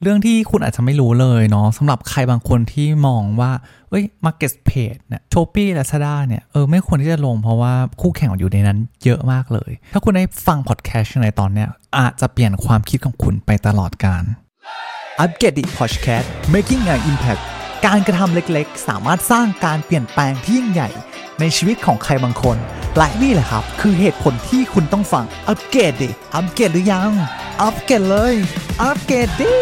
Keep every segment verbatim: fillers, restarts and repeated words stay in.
เรื่องที่คุณอาจจะไม่รู้เลยเนาะสำหรับใครบางคนที่มองว่าเอ้ย Marketplace เนี่ย Shopee Lazada เนี่ยเออไม่ควรที่จะลงเพราะว่าคู่แข่งอยู่ในนั้นเยอะมากเลยถ้าคุณได้ฟังพอดแคสต์ในตอนเนี้ยอาจจะเปลี่ยนความคิดของคุณไปตลอดกาล Upgrade It Podcast Making an Impact การกระทำเล็กๆสามารถสร้างการเปลี่ยนแปลงที่ยิ่งใหญ่ในชีวิตของใครบางคนและนี่แหละครับคือเหตุผลที่คุณต้องฟัง Upgrade ดิ Upgrade หรือยัง Upgrade เลย Upgrade ดิ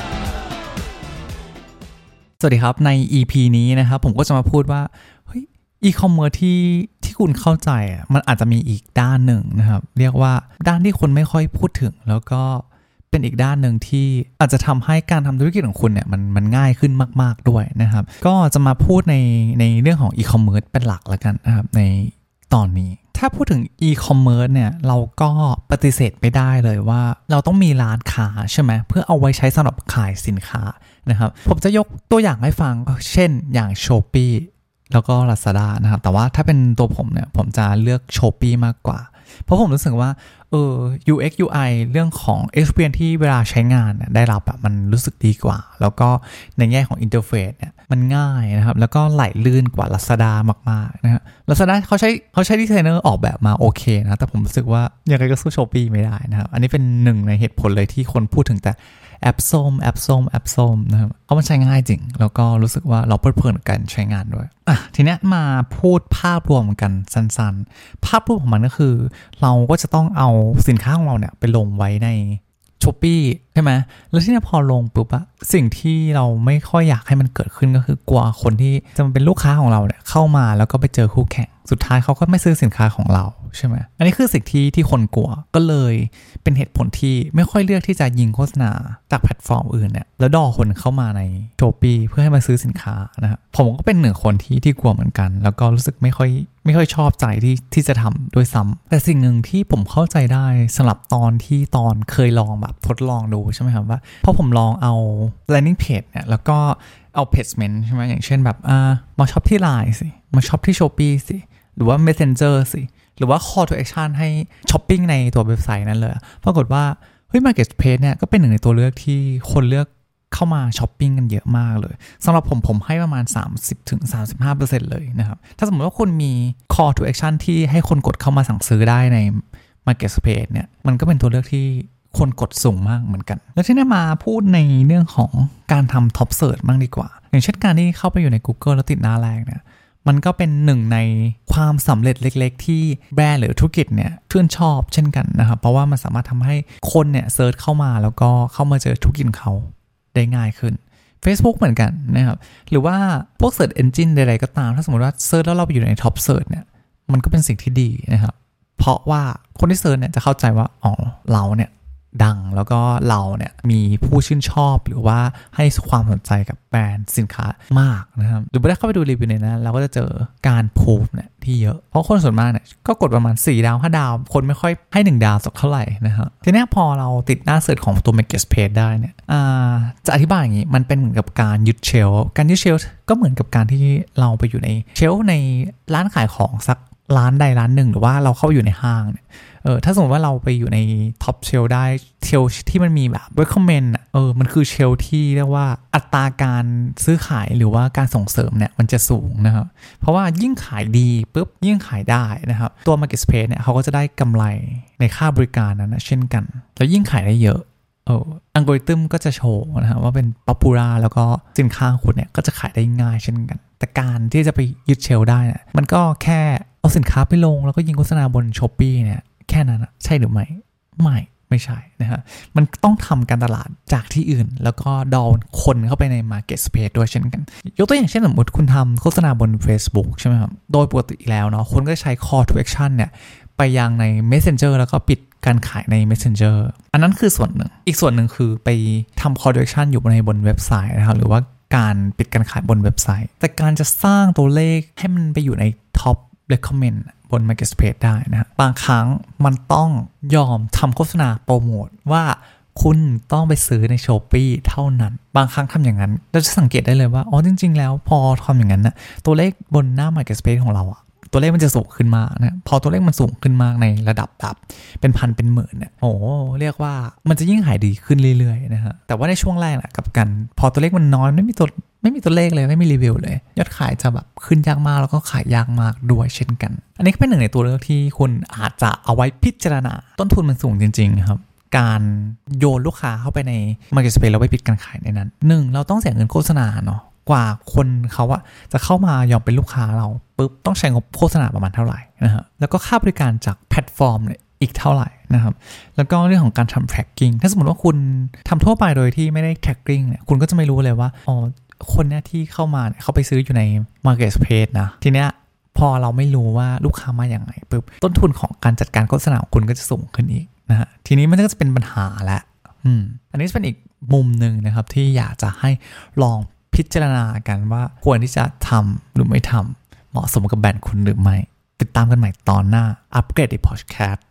สวัสดีครับใน อี พี นี้นะครับผมก็จะมาพูดว่าเฮ้ยอีคอมเมิร์ซที่ที่คุณเข้าใจอ่ะมันอาจจะมีอีกด้านหนึ่งนะครับเรียกว่าด้านที่คนไม่ค่อยพูดถึงแล้วก็เป็นอีกด้านหนึ่งที่อาจจะทำให้การทำธุรกิจของคุณเนี่ยมันมันง่ายขึ้นมากๆด้วยนะครับก็จะมาพูดในในเรื่องของอีคอมเมิร์ซเป็นหลักแล้วกันนะครับในตอนนี้ถ้าพูดถึงอีคอมเมิร์ซเนี่ยเราก็ปฏิเสธไม่ได้เลยว่าเราต้องมีร้านค้าใช่ไหมเพื่อเอาไว้ใช้สำหรับขายสินค้านะครับผมจะยกตัวอย่างให้ฟังเช่นอย่าง Shopee แล้วก็ Lazada นะครับแต่ว่าถ้าเป็นตัวผมเนี่ยผมจะเลือก Shopee มากกว่าเพราะผมรู้สึกว่าเออ ยู เอ็กซ์ ยู ไอ เรื่องของ experience ที่เวลาใช้งานเนี่ยได้รับอะมันรู้สึกดีกว่าแล้วก็ในแง่ของ interface เนี่ยมันง่ายนะครับแล้วก็ไหลลื่นกว่า Lazada มากๆนะฮะ Lazada เขาใช้เขาใช้ดีไซเนอร์ออกแบบมาโอเคนะแต่ผมรู้สึกว่ายังไงก็สู้ Shopee ไม่ได้นะครับอันนี้เป็นหนึ่งในเหตุผลเลยที่คนพูดถึงแต่แอปส้มแอปส้มแอปส้มนะครับเพราะมันใช้ง่ายจริงแล้วก็รู้สึกว่าเราเพลิดเพลินกับการใช้งานด้วยอ่ะทีนี้มาพูดภาพรวมกันสั้นๆภาพรวมของมันก็คือเราก็จะต้องเอาสินค้าของเราเนี่ยไปลงไว้ใน Shopee ใช่ไหมแล้วที่นี่พอลงปุ๊บอะสิ่งที่เราไม่ค่อยอยากให้มันเกิดขึ้นก็คือกลัวคนที่จะมาเป็นลูกค้าของเราเนี่ยเข้ามาแล้วก็ไปเจอคู่แข่งสุดท้ายเขาก็ไม่ซื้อสินค้าของเราใช่ไหมอันนี้คือสิ่งที่ที่คนกลัวก็เลยเป็นเหตุผลที่ไม่ค่อยเลือกที่จะยิงโฆษณาจากแพลตฟอร์มอื่นเนี่ยแล้วดอคนเข้ามาใน Shopee เพื่อให้มาซื้อสินค้านะครับผมก็เป็นหนึ่งคนที่ที่กลัวเหมือนกันแล้วก็รู้สึกไม่ค่อยไม่ค่อยชอบใจที่ที่จะทำด้วยซ้ำแต่สิ่งหนึ่งที่ผมเข้าใจได้สำหรับตอนที่ตอนเคยลองแบบทดลองดูใช่ไหมครับว่าพอผมลองเอา landing page เนี่ยแล้วก็เอา placement ใช่ไหมอย่างเช่นแบบอ่ามาช็อปที่ ไลน์ สิมาช็อปที่ Shopee สิหรือว่า Messenger สิหรือว่า call to action ให้ช้อปปิ้งในตัวเว็บไซต์นั้นเลยปรากฏว่าเฮ้ย Marketplace เนี่ยก็เป็นหนึ่งในตัวเลือกที่คนเลือกเข้ามาช้อปปิ้งกันเยอะมากเลยสำหรับผมผมให้ประมาณ สามสิบถึงสามสิบห้าเปอร์เซ็นต์ เลยนะครับถ้าสมมติว่าคุณมี call to action ที่ให้คนกดเข้ามาสั่งซื้อได้ใน Marketplace เนี่ยมันก็เป็นตัวเลือกที่คนกดสูงมากเหมือนกันแล้วที่นี่มาพูดในเรื่องของการทำ Top Search บ้างดีกว่าอย่างเช่นการที่เข้าไปอยู่ใน Google แล้วติดหน้าแรกเนี่ยมันก็เป็นหนึ่งในความสำเร็จเล็กๆที่แบรนด์หรือธุรกิจเนี่ยชื่นชอบเช่นกันนะครับเพราะว่ามันสามารถทำให้คนเนี่ยเซิร์ชเข้ามาแล้วก็เข้ามาเจอธุรกิจเขาได้ง่ายขึ้น Facebook เหมือนกันนะครับหรือว่าพวก Search Engine ใดๆก็ตามถ้าสมมติว่าเซิร์ชแล้วเราไปอยู่ใน Top Search เนี่ยมันก็เป็นสิ่งที่ดีนะครับเพราะว่าคนที่เซิร์ชเนี่ยจะเข้าใจว่าอ๋อเราเนี่ยดังแล้วก็เราเนี่ยมีผู้ชื่นชอบหรือว่าให้ความสนใจกับแบรนด์สินค้ามากนะครับหรือถ้าเข้าไปดูรีวิวในนั้นเราก็จะเจอการพูฟเนี่ยที่เยอะเพราะคนส่วนมากเนี่ยก็กดประมาณสี่ดาวห้าดาวคนไม่ค่อยให้หนึ่งดาวสักเท่าไหร่นะครับทีนี้พอเราติดหน้าเสิร์ชของตัว Marketplace ได้เนี่ยจะอธิบายอย่างนี้มันเป็นเหมือนกับการยึดเชลฟ์การยึดเชลฟ์ก็เหมือนกับการที่เราไปอยู่ในเชลฟ์ในร้านขายของสักร้านใดร้านหนึ่งหรือว่าเราเข้าอยู่ในห้างเนี่ยเออถ้าสมมติว่าเราไปอยู่ในท็อปเชลได้เชลที่มันมีแบบ recommend อ่ะเออมันคือเชลที่เรียกว่าอัตราการซื้อขายหรือว่าการส่งเสริมเนี่ยมันจะสูงนะครับเพราะว่ายิ่งขายดีปุ๊บยิ่งขายได้นะครับตัว Marketplace เนี่ยเขาก็จะได้กำไรในค่าบริการนั้นนะเช่นกันแล้วยิ่งขายได้เยอะเอออัลกอริทึมก็จะโชว์นะฮะว่าเป็น popular แล้วก็สินค้าของคุณเนี่ยก็จะขายได้ง่ายเช่นกันแต่การที่จะไปยึดเชลได้นะมันก็แค่เอาสินค้าไปลงแล้วก็ยิงโฆษณาบน Shopee เนี่ยแค่นั้นนะใช่หรือไม่ไม่ไม่ใช่นะฮะมันต้องทำการตลาดจากที่อื่นแล้วก็ดอลคนเข้าไปใน Marketplace ด้วยเช่นกันยกตัวอย่างเช่นสมมติคุณทำโฆษณาบน Facebook ใช่ไหมครับโดยปกติแล้วเนาะคนก็ใช้ call to action เนี่ยไปยังใน Messenger แล้วก็ปิดการขายใน Messenger อันนั้นคือส่วนหนึ่งอีกส่วนหนึ่งคือไปทำ call to action อยู่ในบนเว็บไซต์นะครับหรือว่าการปิดการขายบนเว็บไซต์แต่การจะสร้างตัวเลขให้มันไปอยู่ใน Top recommend บน Marketplace ได้นะบางครั้งมันต้องยอมทำโฆษณาโปรโมทว่าคุณต้องไปซื้อใน Shopee เท่านั้นบางครั้งทำอย่างนั้นเราจะสังเกตได้เลยว่าอ๋อจริงๆแล้วพอทำอย่างนั้นนะตัวเลขบนหน้า Marketplace ของเราอะตัวเลขมันจะสูงขึ้นมากนะพอตัวเลขมันสูงขึ้นมากในระดับแบบเป็นพันเป็นหมื่นเนี่ยโอ้เรียกว่ามันจะยิ่งขายดีขึ้นเรื่อยๆนะฮะแต่ว่าในช่วงแรกนะกับกันพอตัวเลขมันน้อยไม่มีตัวไม่มีตัวเลขเลยไม่มีรีวิวเลยยอดขายจะแบบขึ้นยากมากแล้วก็ขายยากมากด้วยเช่นกันอันนี้ก็เป็นหนึ่งในตัวเลือกที่คุณอาจจะเอาไว้พิจารณาต้นทุนมันสูงจริงๆครับการโยนลูกค้าเข้าไปใน Marketplace แล้วไปปิดการขายในนั้นหนึ่งเราต้องเสียเงินโฆษณาเนาะกว่าคนเขาอะจะเข้ามายอมเป็นลูกค้าเราปุ๊บต้องใช้งบโฆษณาประมาณเท่าไหร่นะฮะแล้วก็ค่าบริการจากแพลตฟอร์มเนี่ยอีกเท่าไหร่นะครับแล้วก็เรื่องของการทำ tracking ถ้าสมมติว่าคุณทำทั่วไปโดยที่ไม่ได้ tracking เนี่ยคุณก็จะไม่รู้เลยว่าอ๋อคนเนี้ยที่เข้ามาเนี่ยเขาไปซื้ออยู่ใน Marketplace นะทีเนี้ยพอเราไม่รู้ว่าลูกค้ามาอย่างไรปุ๊บต้นทุนของการจัดการโฆษณาของคุณก็จะสูงขึ้นอีกนะฮะทีนี้มันก็จะเป็นปัญหาแล้วอืมอันนี้เป็นอีกมุมหนึ่งนะครับที่อยากจะให้ลองพิจารณากันว่าควรที่จะทำหรือไม่ทำเหมาะสมกับแบรนด์คุณหรือไม่ติดตามกันใหม่ตอนหน้าอัปเกรดในพอดแคสต์